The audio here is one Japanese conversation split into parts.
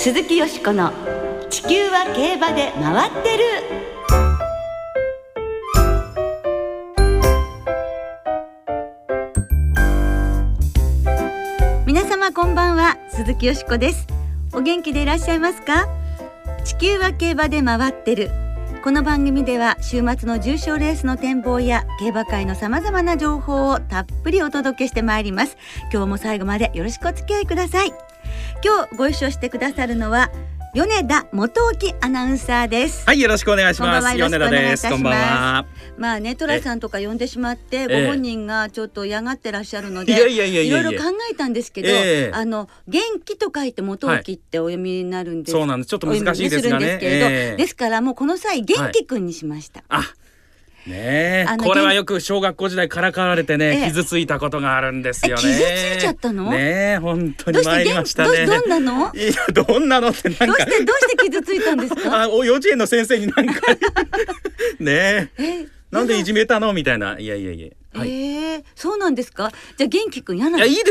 鈴木よしこの地球は競馬で回ってる。皆様こんばんは、鈴木よしこです。お元気でいらっしゃいますか？地球は競馬で回ってる。この番組では週末の重賞レースの展望や競馬界のさまざまな情報をたっぷりお届けしてまいります。今日も最後までよろしくお付き合いください。今日ご一緒してくださるのは米田元興アナウンサーです。 はい、よろしくお願いします。米田です。こんばんは。 まあね、トラさんとか呼んでしまってご本人がちょっと嫌がってらっしゃるので、いろいろ考えたんですけど、元気と書いて元興ってお読みになるんです、 そうなんです。ちょっと難しいですがね。 ですからもうこの際元気くんにしました。 ねえ、これはよく小学校時代からかわれてね、傷ついたことがあるんですよね。 傷ついちゃったの？ ねえ、本当に参りましたね。 どんなの？ いや、どんなのってなんかどうして傷ついたんですか？ 幼稚園の先生になんかねえ、なんでいじめたのみたいな。いや、 そうなんですか？じゃあ元気くん嫌なの？ いや、いいです。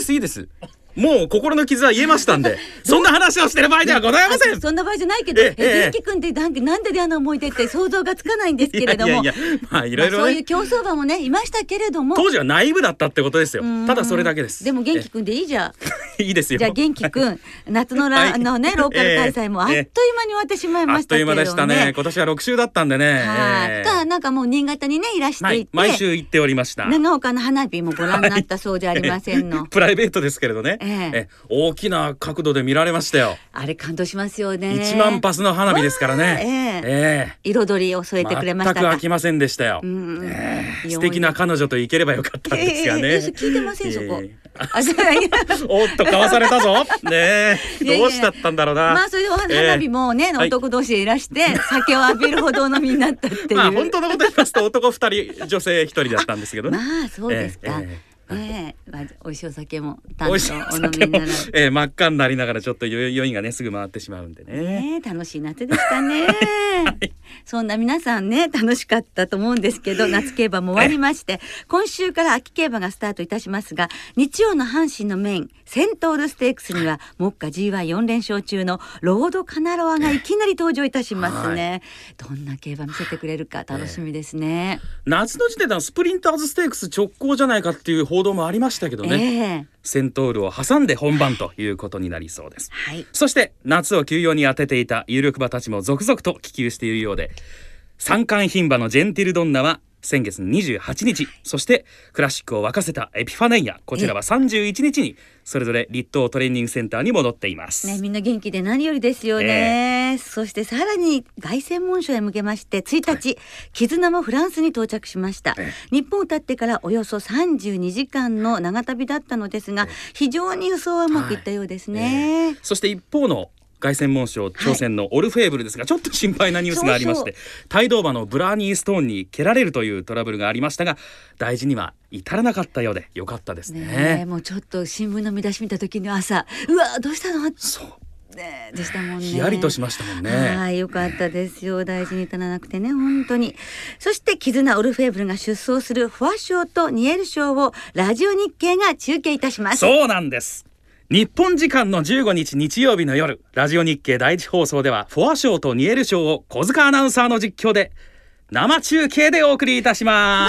もう心の傷は癒えましたんでそんな話をしてる場合ではございません。 そんな場合じゃないけど、元気くんってなんで嫌な思い出って想像がつかないんですけれども、 まあいろいろね、 そういう競走馬もねいましたけれども、 当時はナイブだったってことですよ。ただそれだけです。 でも元気くんでいいじゃん。いいですよ。 じゃあ元気くん、夏のローカル開催もあっという間に終わってしまいましたけれどもね。 あっという間でしたね。今年は6週だったんでね。 なんかもう新潟にねいらしていて、 毎週行っておりました。 長岡の花火もご覧になったそうじゃありませんの。 プライベートですけれどね、大きな角度で見られましたよ。 あれ感動しますよね。 1万発の花火ですからね。 彩りを添えてくれましたが全く飽きませんでしたよ。素敵な彼女と行ければよかったんですがね。 聞いてませんそこ。 おっとかわされたぞ。ねえ、どうしちゃったんだろうな。 まあそれで花火もね、男同士でいらして酒を浴びるほどお飲みになったっていう。 まあ本当のこと言いますと男2人女性1人だったんですけどね。 まあそうですか。美味しいお酒も担当お飲みになられ真っ赤になりながらちょっと余韻がねすぐ回ってしまうんでね。 楽しい夏でしたね。そんな皆さんね楽しかったと思うんですけど、夏競馬も終わりまして今週から秋競馬がスタートいたしますが、日曜の阪神のメインセントールステークスには目下 G14 連勝中のロードカナロアがいきなり登場いたしますね。どんな競馬見せてくれるか楽しみですね。 夏の時点ではスプリンターズステークス直行じゃないかっていう報道もありましたけどね、セントールを挟んで本番ということになりそうです、そして夏を休養に当てていた有力馬たちも続々と帰厩しているようで、三冠牝馬のジェンティルドンナは先月28日、そしてクラシックを沸かせたエピファネイア、こちらは31日にそれぞれ立東トレーニングセンターに戻っています、 みんな元気で何よりですよね、そしてさらに凱旋門賞へ向けまして1日、絆もフランスに到着しました、日本を立ってからおよそ32時間の長旅だったのですが、非常に輸送はうまくいったようですね、 そして一方の凱旋門賞挑戦のオルフェーブルですが、ちょっと心配なニュースがありまして、帯同馬のブラーニーストーンに蹴られるというトラブルがありましたが、大事には至らなかったようでよかったですね。 もうちょっと新聞の見出し見た時に朝、うわどうしたのそうでしたもんね。 ヒヤリとしましたもんね。 よかったですよ。大事に至らなくてね、本当に。そして絆オルフェーブルが出走するフォア賞とニエル賞をラジオ日経が中継いたします。 そうなんです。日本時間の15日日曜日の夜、ラジオ日経第一放送ではフォア賞とニエル賞を小塚アナウンサーの実況で生中継でお送りいたします。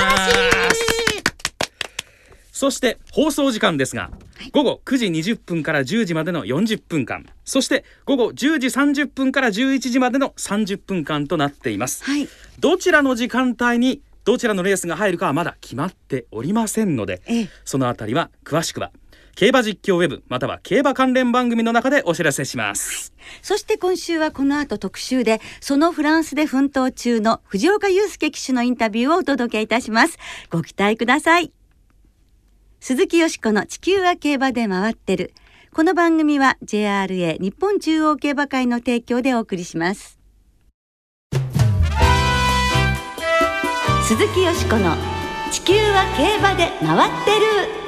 そして放送時間ですが、午後9時20分から10時までの40分間、そして午後10時30分から11時までの30分間となっています、どちらの時間帯にどちらのレースが入るかはまだ決まっておりませんので、そのあたりは詳しくは競馬実況ウェブまたは競馬関連番組の中でお知らせします、 そして今週はこの後特集でそのフランスで奮闘中の藤岡祐介騎手のインタビューをお届けいたします。ご期待ください。鈴木よしこの地球は競馬で回ってる。この番組は JRA 日本中央競馬会の提供でお送りします。鈴木よしこの地球は競馬で回ってる。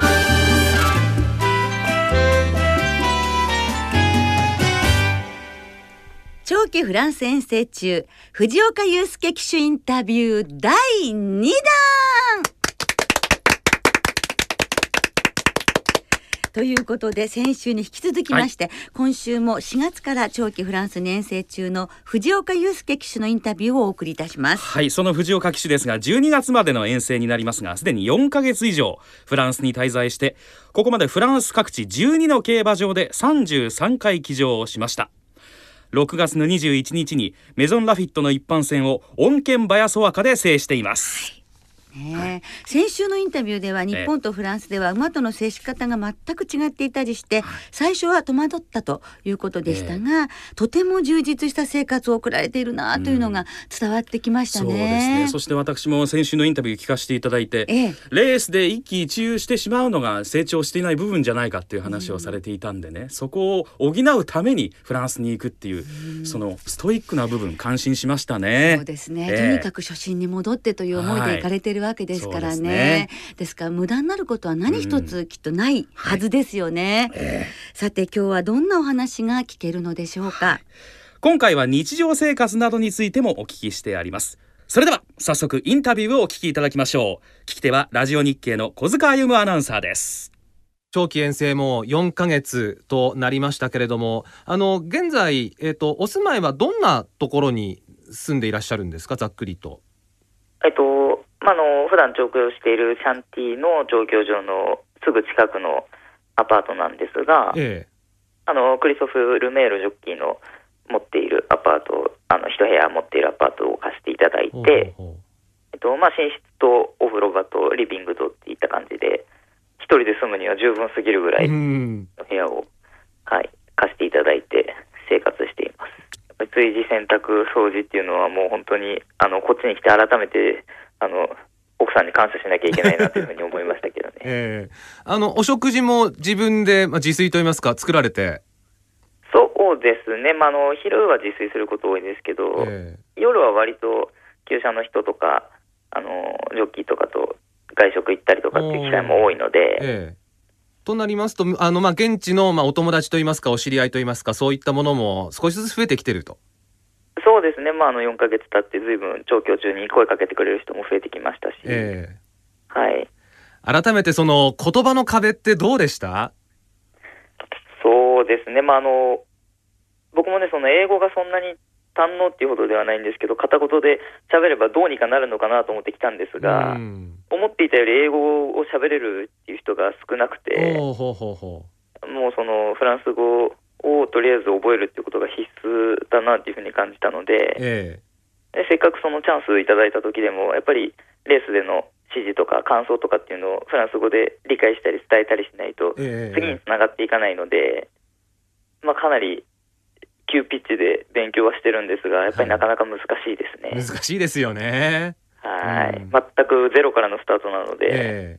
長期フランス遠征中、藤岡祐介騎手インタビュー第2弾。 ということで先週に引き続きまして、今週も4月から長期フランスに遠征中の藤岡祐介騎手のインタビューをお送りいたします。 その藤岡騎手ですが12月までの遠征になりますが、すでに4ヶ月以上フランスに滞在して、ここまでフランス各地12の競馬場で33回騎乗をしました。6月の21日にメゾンラフィットの一般戦をオンケンバヤソワカで制しています。 先週のインタビューでは日本とフランスでは馬との接し方が全く違っていたりして、最初は戸惑ったということでしたが、とても充実した生活を送られているなというのが伝わってきましたね。 そうですね。そして私も先週のインタビュー聞かせていただいて、レースで一喜一憂してしまうのが成長していない部分じゃないかっていう話をされていたんでね、そこを補うためにフランスに行くっていう、そのストイックな部分感心しましたね。 そうですね、とにかく初心に戻ってという思いで行かれているわけですからね。ですから無駄になることは何一つきっとないはずですよね。さて今日はどんなお話が聞けるのでしょうか。 今回は日常生活などについてもお聞きしてあります。それでは早速インタビューをお聞きいただきましょう。聞き手はラジオ日経の小塚歩アナウンサーです。 長期遠征も4ヶ月となりましたけれども、現在、お住まいはどんなところに住んでいらっしゃるんですか、ざっくりと。 普段調教しているシャンティの調教場のすぐ近くのアパートなんですが、クリストフ・ルメールジョッキーの持っているアパート、一部屋持っているアパートを貸していただいて、寝室とお風呂場とリビングとっていった感じで、一人で住むには十分すぎるぐらいの部屋を、貸していただいて生活しています。炊事、洗濯、掃除っていうのはもう本当にこっちに来て改めて奥さんに感謝しなきゃいけないなというふうに思いましたけどね。 お食事も自分で、自炊といいますか作られて。 そうですね、昼は自炊すること多いですけど、夜は割と厩舎の人とかジョッキーとかと外食行ったりとかっていう機会も多いので、 となりますと現地の、お友達といいますかお知り合いといいますか、そういったものも少しずつ増えてきてると。 そうですね、4ヶ月経って随分調教中に声かけてくれる人も増えてきましたし、 改めてその言葉の壁ってどうでした？ そうですね、僕もねその英語がそんなに堪能っていうほどではないんですけど、片言で喋ればどうにかなるのかなと思ってきたんですが、思っていたより英語を喋れるっていう人が少なくて、もうそのフランス語をとりあえず覚えるっていうことが必須だなっていうふうに感じたので、せっかくそのチャンスいただいた時でもやっぱりレースでの指示とか感想とかっていうのをフランス語で理解したり伝えたりしないと次につながっていかないので、かなり急ピッチで勉強はしてるんですが、やっぱりなかなか難しいですね。 難しいですよね。 全くゼロからのスタートなので、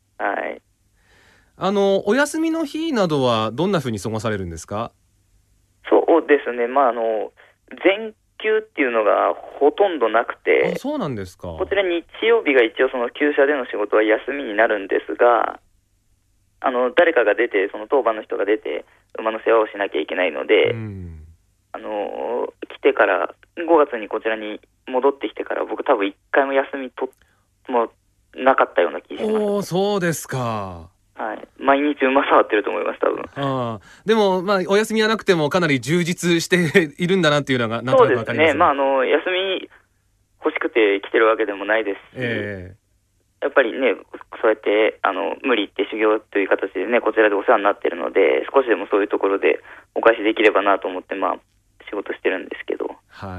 お休みの日などはどんな風に過ごされるんですか？ そうですね、全休っていうのがほとんどなくて。 そうなんですか。 こちら日曜日が一応その厩舎での仕事は休みになるんですが、誰かが出て、その当番の人が出て馬の世話をしなきゃいけないので、来てから5月にこちらに戻ってきてから僕多分1回も休みもなかったような気がします。 そうですか。 毎日馬触ってると思います多分。 でもお休みはなくてもかなり充実しているんだなっていうのがなんとなくわかりますね。 そうですね、休み欲しくて来てるわけでもないですし、やっぱりねそうやって無理言って修行という形でねこちらでお世話になってるので、少しでもそういうところでお返しできればなと思って仕事してるんですけど。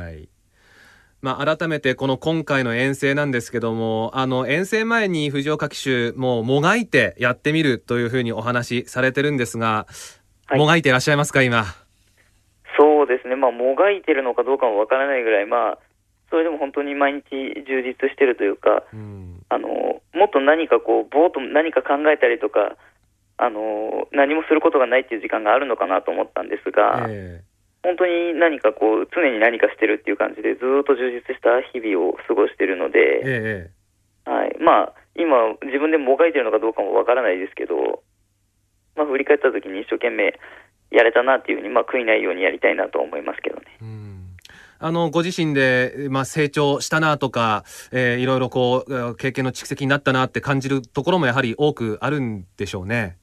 改めてこの今回の遠征なんですけども、遠征前に藤岡騎手ももがいてやってみるというふうにお話しされてるんですが、もがいていらっしゃいますか今？ そうですね、もがいてるのかどうかもわからないぐらい、それでも本当に毎日充実してるというか、もっと何かぼーっと何か考えたりとか何もすることがないっていう時間があるのかなと思ったんですが、本当に何か常に何かしてるっていう感じでずっと充実した日々を過ごしてるので、今自分でもがいてるのかどうかもわからないですけど、振り返った時に一生懸命やれたなっていうふうに、悔いないようにやりたいなと思いますけどね。 ご自身で、成長したなとか、いろいろ経験の蓄積になったなって感じるところもやはり多くあるんでしょうね。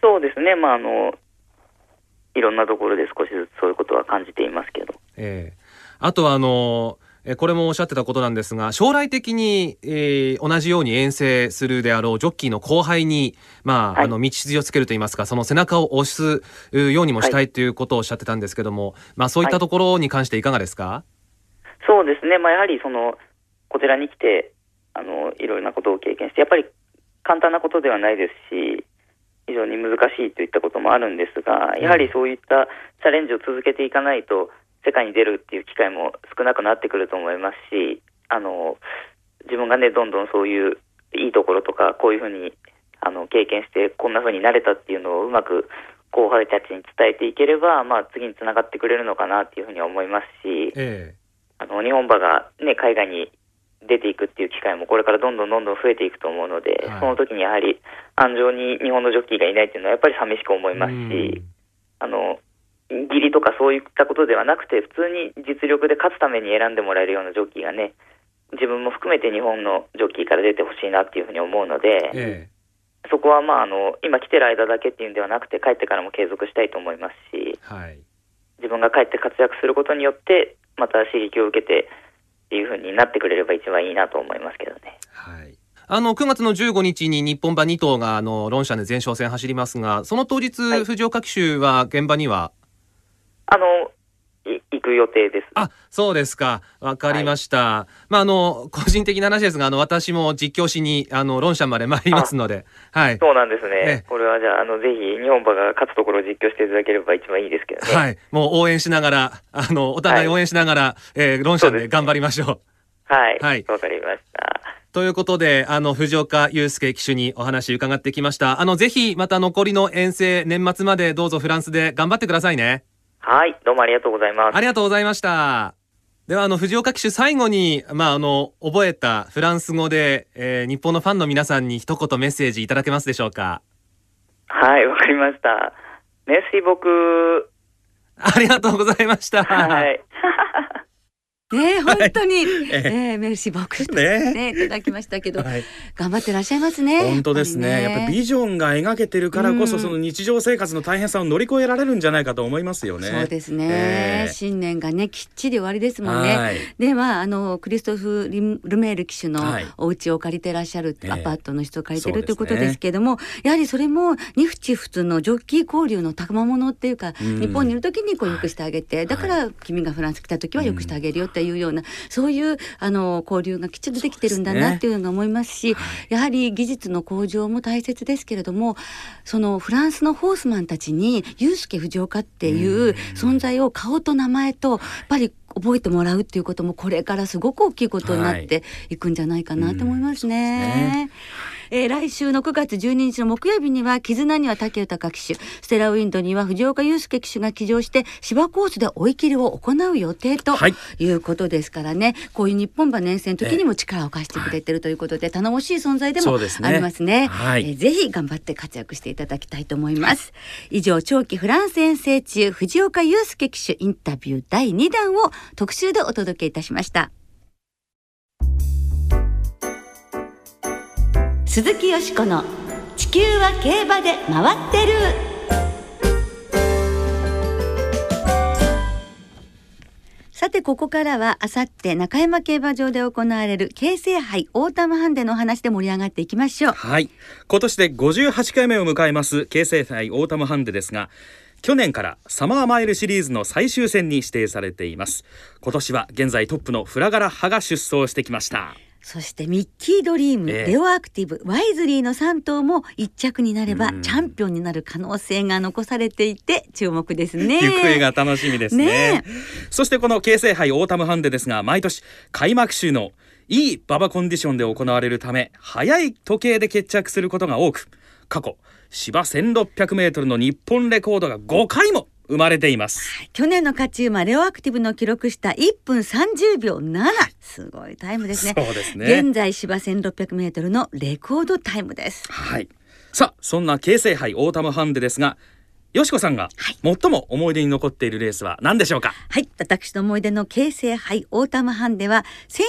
そうですね、いろんなところで少しずつそういうことは感じていますけど、 あとはこれもおっしゃってたことなんですが、将来的に、同じように遠征するであろうジョッキーの後輩に、道筋をつけるといいますか、その背中を押すようにもしたいということをおっしゃってたんですけども、そういったところに関していかがですか？ そうですね、やはりこちらに来ていろいろなことを経験して、やっぱり簡単なことではないですし、非常に難しいといったこともあるんですが、やはりそういったチャレンジを続けていかないと世界に出るっていう機会も少なくなってくると思いますし、自分がね、どんどんそういういいところとか、こういうふうに経験してこんなふうになれたっていうのをうまく後輩たちに伝えていければ、次につながってくれるのかなっていうふうには思いますし、日本馬がね、海外に出ていくっていう機会もこれからどんどん増えていくと思うので、その時にやはり安城に日本のジョッキーがいないっていうのはやっぱり寂しく思いますし、義理とかそういったことではなくて、普通に実力で勝つために選んでもらえるようなジョッキーがね、自分も含めて日本のジョッキーから出てほしいなっていうふうに思うので、そこは今来てる間だけっていうんではなくて、帰ってからも継続したいと思いますし、自分が帰って活躍することによってまた刺激を受けてっていう風になってくれれば一番いいなと思いますけどね。 9月の15日に日本馬2頭がロンシャンで前哨戦走りますが、その当日、藤岡騎手は現場には行く予定です。 そうですか、わかりました。個人的な話ですが、私も実況しにロンシャンまで参りますので、 そうなんですね。これはじゃあぜひ日本馬が勝つところを実況していただければ一番いいですけどね。 もう応援しながらお互い応援しながら、ロンシャンで頑張りましょう。 わかりました。 ということで藤岡祐介騎手にお話伺ってきました。ぜひまた残りの遠征、年末までどうぞフランスで頑張ってくださいね。 どうもありがとうございます。 ありがとうございました。では藤岡騎手、最後に覚えたフランス語で、日本のファンの皆さんに一言メッセージいただけますでしょうか？ わかりました。メシボク。 ありがとうございました。 本当に、メルシーボクといただきましたけど、頑張ってらっしゃいますね。 本当ですね。やっぱりビジョンが描けてるからこそ、その日常生活の大変さを乗り越えられるんじゃないかと思いますよね。 そうですね、信念がねきっちり終わりですもんね。でクリストフ・ルメール騎手のお家を借りてらっしゃる、アパートの人を借りてるということですけども、やはりそれも日仏のジョッキー交流の賜物っていうか、日本にいる時によくしてあげて、だから君がフランス来た時はよくしてあげるよっていうような、そういう交流がきちんとできてるんだなっていうのが思いますし、やはり技術の向上も大切ですけれども、そのフランスのホースマンたちに祐介藤岡っていう存在を顔と名前とやっぱり覚えてもらうっていうこともこれからすごく大きいことになっていくんじゃないかなと思いますね。来週の9月12日の木曜日には絆には武豊騎手、ステラウィンドには藤岡祐介騎手が騎乗して芝コースで追い切りを行う予定ということですからね、こういう日本馬遠征の時にも力を貸してくれてるということで、頼もしい存在でもありますね。ぜひ頑張って活躍していただきたいと思います。以上、長期フランス遠征中藤岡祐介騎手インタビュー第2弾を特集でお届けいたしました。鈴木よしこの地球は競馬で回ってる。さて、ここからはあさって中山競馬場で行われる京成杯オータムハンデの話で盛り上がっていきましょう。 今年で58回目を迎えます京成杯オータムハンデですが、去年からサマーマイルシリーズの最終戦に指定されています。今年は現在トップのフラガラハが出走してきました。 そしてミッキードリーム、レオアクティブ、ワイズリーの3頭も1着になればチャンピオンになる可能性が残されていて注目ですね。 行方が楽しみです ね。そしてこの京成杯オータムハンデですが、毎年開幕週のいい馬場コンディションで行われるため、早い時計で決着することが多く、過去芝 1600m の日本レコードが5回も生まれています。 去年の勝ち馬レオアクティブの記録した1分30秒7、すごいタイムですね。 そうですね。 現在芝 1600m のレコードタイムです。 さあ、そんな京成杯オータムハンデですが、 よしこさんが最も思い出に残っているレースは何でしょうか？ はい、私の思い出の京成杯オータムハンデは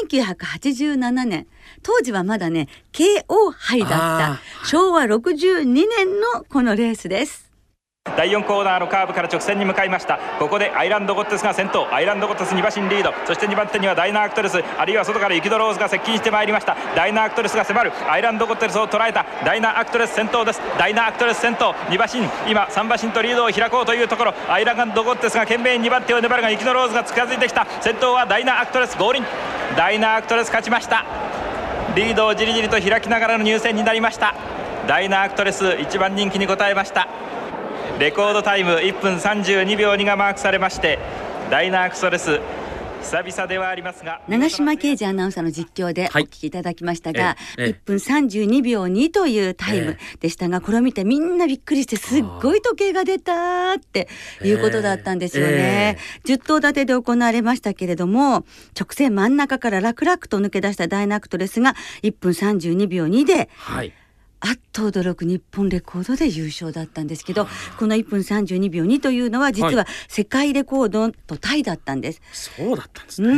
1987年、当時はまだね KO 杯だった昭和62年のこのレースです。 第4コーナーのカーブから直線に向かいました。ここでアイランドゴッテスが先頭、アイランドゴッテス2馬身リード、そして2番手にはダイナーアクトレス、あるいは外からユキドローズが接近してまいりました。ダイナーアクトレスが迫る、アイランドゴッテスを捉えた。ダイナーアクトレス先頭です。ダイナーアクトレス先頭、2馬身、今3馬身とリードを開こうというところ、アイランドゴッテスが懸命に2番手を粘るがユキドローズが近づいてきた。先頭はダイナーアクトレス、合輪。ダイナーアクトレス勝ちました。リードをじりじりと開きながらの入線になりました。ダイナーアクトレス1番人気に応えました。レコードタイム1分32秒2がマークされまして、ダイナーアクトレス久々ではありますが、 長島啓二アナウンサーの実況でお聞きいただきましたが、1分32秒2というタイムでしたが、これを見てみんなびっくりして、すっごい時計が出たっていうことだったんですよね。10頭立てで行われましたけれども、直線真ん中から楽々と抜け出したダイナーアクトレスが1分32秒2で、あっと驚く日本レコードで優勝だったんですけど、この1分32秒2というのは実は世界レコードとタイだったんです。 そうだったんですね。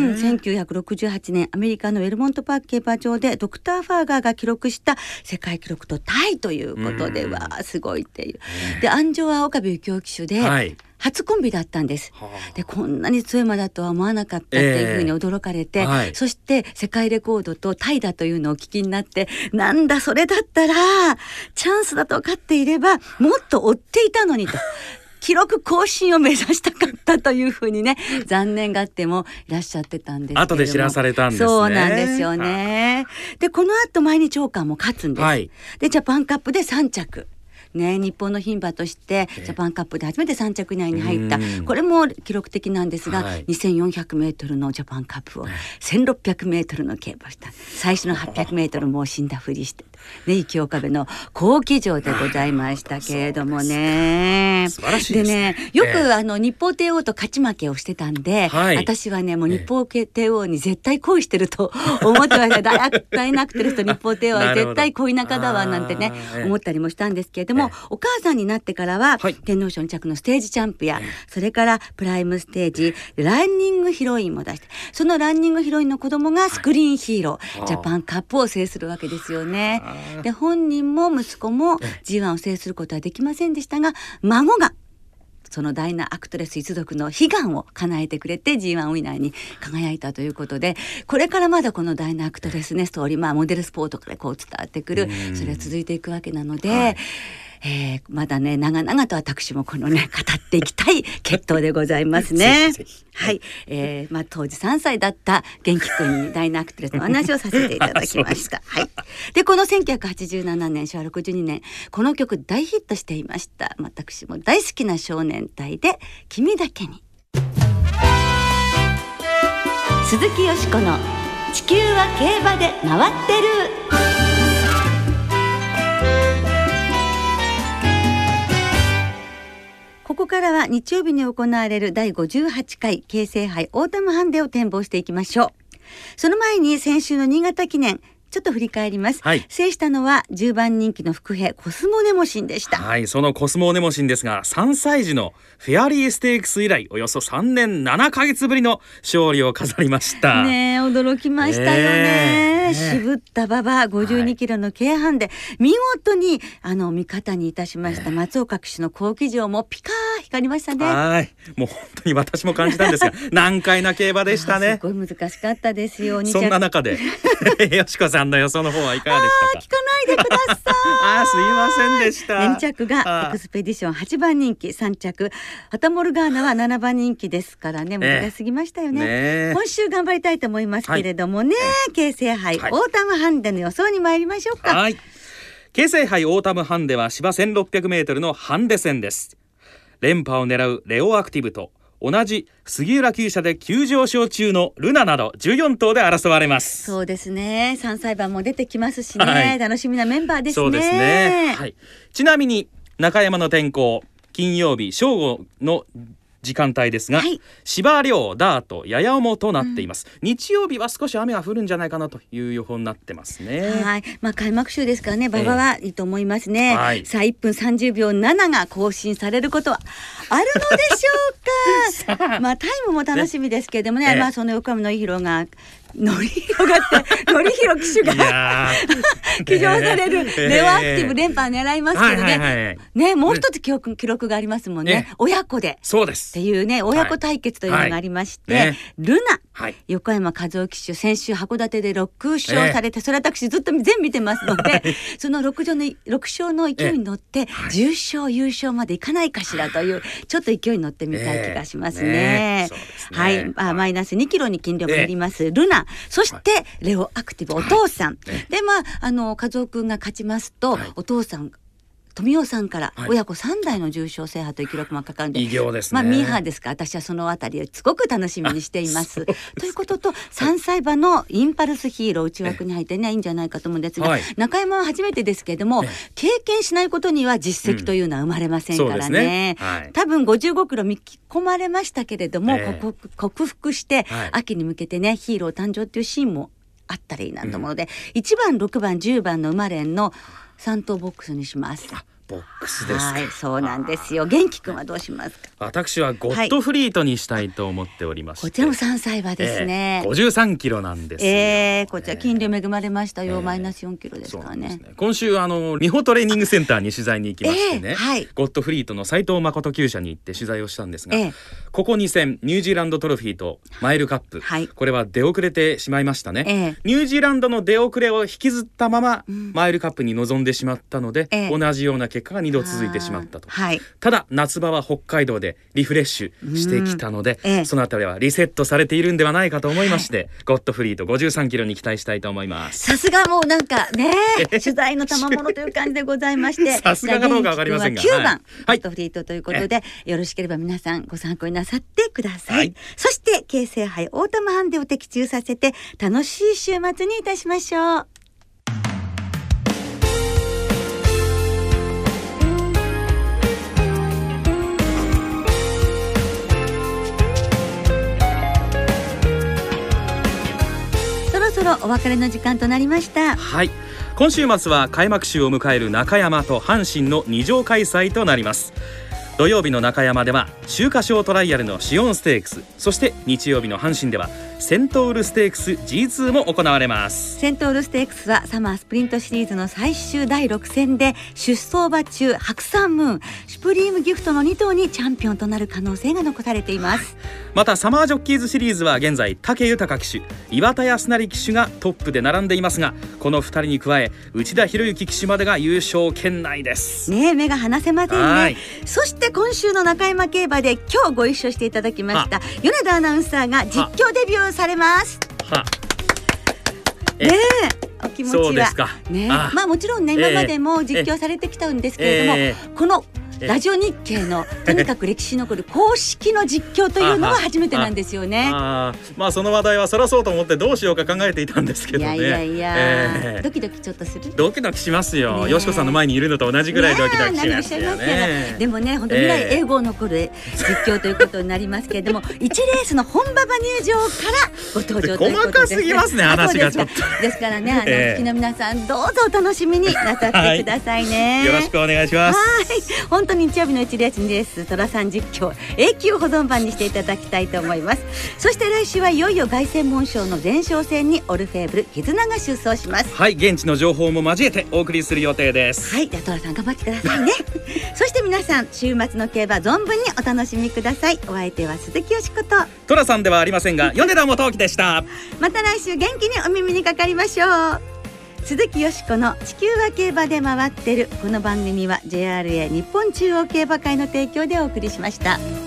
1968年アメリカのウェルモントパーク競馬場でドクター・ファーガーが記録した世界記録とタイということではすごいっていう。で、安城は岡部幸雄騎手で、初コンビだったんです。で、こんなに強い馬だとは思わなかったっていうふうに驚かれて、そして世界レコードとタイだというのをお聞きになって、なんだそれだったらチャンスだと分かっていればもっと追っていたのにと記録更新を目指したかったというふうにね、残念がってもいらっしゃってたんですけども、 後で知らされたんですね。 そうなんですよね。で、この後毎日王冠も勝つんです、でジャパンカップで3着ね、日本の牝馬としてジャパンカップで初めて3着以内に入った、これも記録的なんですが、2400メートルのジャパンカップを1600メートルの競馬した。最初の800メートルもう死んだふりして、ね、池岡部の好騎乗でございましたけれどもね。 素晴らしいですね。 でね、よく日報帝王と勝ち負けをしてたんで、私はね、もう日報帝王に絶対恋してると思ってました。ダイナーアクトレスと日報帝王は絶対恋仲だわなんてね、思ったりもしたんですけれども、お母さんになってからは、天皇賞2着のステージチャンプや、それからプライムステージ、ランニングヒロインも出して、そのランニングヒロインの子供がスクリーンヒーロー、ジャパンカップを制するわけですよね。で、本人も息子も G1 を制することはできませんでしたが、孫がそのダイナーアクトレス一族の悲願を叶えてくれて G1 ウィナーに輝いたということで、これからまだこのダイナーアクトレスね、ストーリー、モデルスポートからこう伝わってくる、それは続いていくわけなので、まだね、長々と私もこのね、語っていきたい決闘でございますね。はい、当時3歳だった元気くんにダイナーアクトレスの話をさせていただきました。はい。で、この1987年昭和62年、この曲大ヒットしていました。私も大好きな少年隊で君だけに。鈴木よしこの地球は競馬で回ってる。ここからは日曜日に行われる第58回京成杯オータムハンデを展望していきましょう。その前に先週の新潟記念ちょっと振り返ります、制したのは10番人気の伏兵コスモネモシンでした。 はい、そのコスモネモシンですが、3歳児のフェアリーステークス以来およそ3年7ヶ月ぶりの勝利を飾りましたね。驚きましたよね。渋った馬場52キロの軽ハンで、見事に味方にいたしました松岡騎手の好騎乗もピカー光りましたね。 はい、もう本当に私も感じたんですが難解な競馬でしたね。 すごい難しかったですよ。 そんな中でよしこさんの予想の方はいかがでしたか？ 聞かないでくださいすいませんでした。 2着がエクスペディション8番人気、3着ファタモルガーナは7番人気ですからね、難しすぎましたよね。今週頑張りたいと思いますけれどもね、京成杯オータムハンデの予想に参りましょうか。 京成杯オータムハンデは芝 1600m のハンデ戦です。連覇を狙うレオアクティブと同じ杉浦厩舎で急上昇中のルナなど14頭で争われます。 そうですね、3歳馬も出てきますしね、楽しみなメンバーですね。 そうですね、ちなみに中山の天候、金曜日正午の時間帯ですが、芝涼ダートやや重となっています、日曜日は少し雨が降るんじゃないかなという予報になってますね。 はい、開幕週ですからね、馬場はいいと思いますね、さあ1分30秒7が更新されることはあるのでしょうかタイムも楽しみですけれどもね、その横山典弘が典弘がって典弘騎手が騎乗されるレオアクティブ連覇を狙いますけどね、もう一つ記録がありますもんね、親子でそうですっていうね、親子対決というのがありまして、ルナ、横山和生騎手、先週函館で6勝されて、それ私ずっと全見てますので、その6勝の勢いに乗って10勝優勝までいかないかしらというちょっと勢いに乗ってみたい気がしますね。マイナス2キロに斤量が減りますルナ、そしてレオアクティブお父さん、で和夫くんが勝ちますと、お父さん富雄さんから親子3代の重賞制覇という記録もかかるんで、 偉業ですね。 ミーハーですから、私はそのあたりをすごく楽しみにしていますということと、3歳馬のインパルスヒーロー内枠に入ってね、いいんじゃないかと思うんですが、中山は初めてですけれども、経験しないことには実績というのは生まれませんからね、多分55キロ見込まれましたけれども、克服して秋に向けてね、ヒーロー誕生っていうシーンもあったらいいなと思うので、1番6番10番の馬連の3頭ボックスにします。 ボックスですか。 そうなんですよ。元気くんはどうしますか。 私はゴッドフリートにしたいと思っておりまして、 こちらも3歳馬ですね、 53キロなんですよ、 こちら金量恵まれましたよ、マイナス4キロですからね。 今週美穂トレーニングセンターに取材に行きましてね、ゴッドフリートの斉藤誠厩舎に行って取材をしたんですが、ここ2戦ニュージーランドトロフィーとマイルカップ、これは出遅れてしまいましたね、ニュージーランドの出遅れを引きずったまま、マイルカップに臨んでしまったので、同じような結果が2度続いてしまったと、ただ夏場は北海道でリフレッシュしてきたので、そのあたりはリセットされているんではないかと思いまして、ゴッドフリート53キロに期待したいと思います。 さすがもうなんかね取材の賜物という感じでございましてさすがかどうかわかりませんが、 9番、ゴッドフリートということで、よろしければ皆さんご参考になさってください、そして京成杯オータムハンデを的中させて楽しい週末にいたしましょう。そろお別れの時間となりました。 今週末は開幕週を迎える中山と阪神の2場開催となります。土曜日の中山では秋華賞トライアルのシオンステークス、そして日曜日の阪神ではセントウルステークス G2 も行われます。 セントウルステークスはサマースプリントシリーズの最終第6戦で出走馬中白山ムーン、シュプリームギフトの2頭にチャンピオンとなる可能性が残されています。 またサマージョッキーズシリーズは現在武豊騎手、岩田康成騎手がトップで並んでいますが、この2人に加え内田博之騎手までが優勝圏内ですね。目が離せませんね。そして今週の中山競馬で今日ご一緒していただきました米田アナウンサーが実況デビューされます。お気持ちはそうですか、 もちろんね、今までも実況されてきたんですけれども、このラジオ日経のとにかく歴史に残る公式の実況というのは初めてなんですよね。 その話題はそらそうと思ってどうしようか考えていたんですけどね。 いや、ドキドキちょっとする。 ドキドキしますよ、よしこさんの前にいるのと同じぐらいドキドキしますよね。 でもね、本当未来永劫残る実況ということになりますけれども、1レースの本馬場入場からご登場ということです。 細かすぎますね、話がちょっと。 ですからね、お聞きの皆さんどうぞお楽しみになさってくださいね。 よろしくお願いします。 本当に日曜日の1レース2レース寅さん実況永久保存版にしていただきたいと思います。そして来週はいよいよ凱旋門賞の前哨戦にオルフェーブル絆が出走します。 現地の情報も交えてお送りする予定です。 じゃあ寅さん頑張ってくださいねそして皆さん週末の競馬存分にお楽しみください。お相手は鈴木よしこと寅さんではありませんが米田元樹でした。 また来週元気にお耳にかかりましょう。鈴木よしこの地球は競馬で回ってる。この番組は JRA 日本中央競馬会の提供でお送りしました。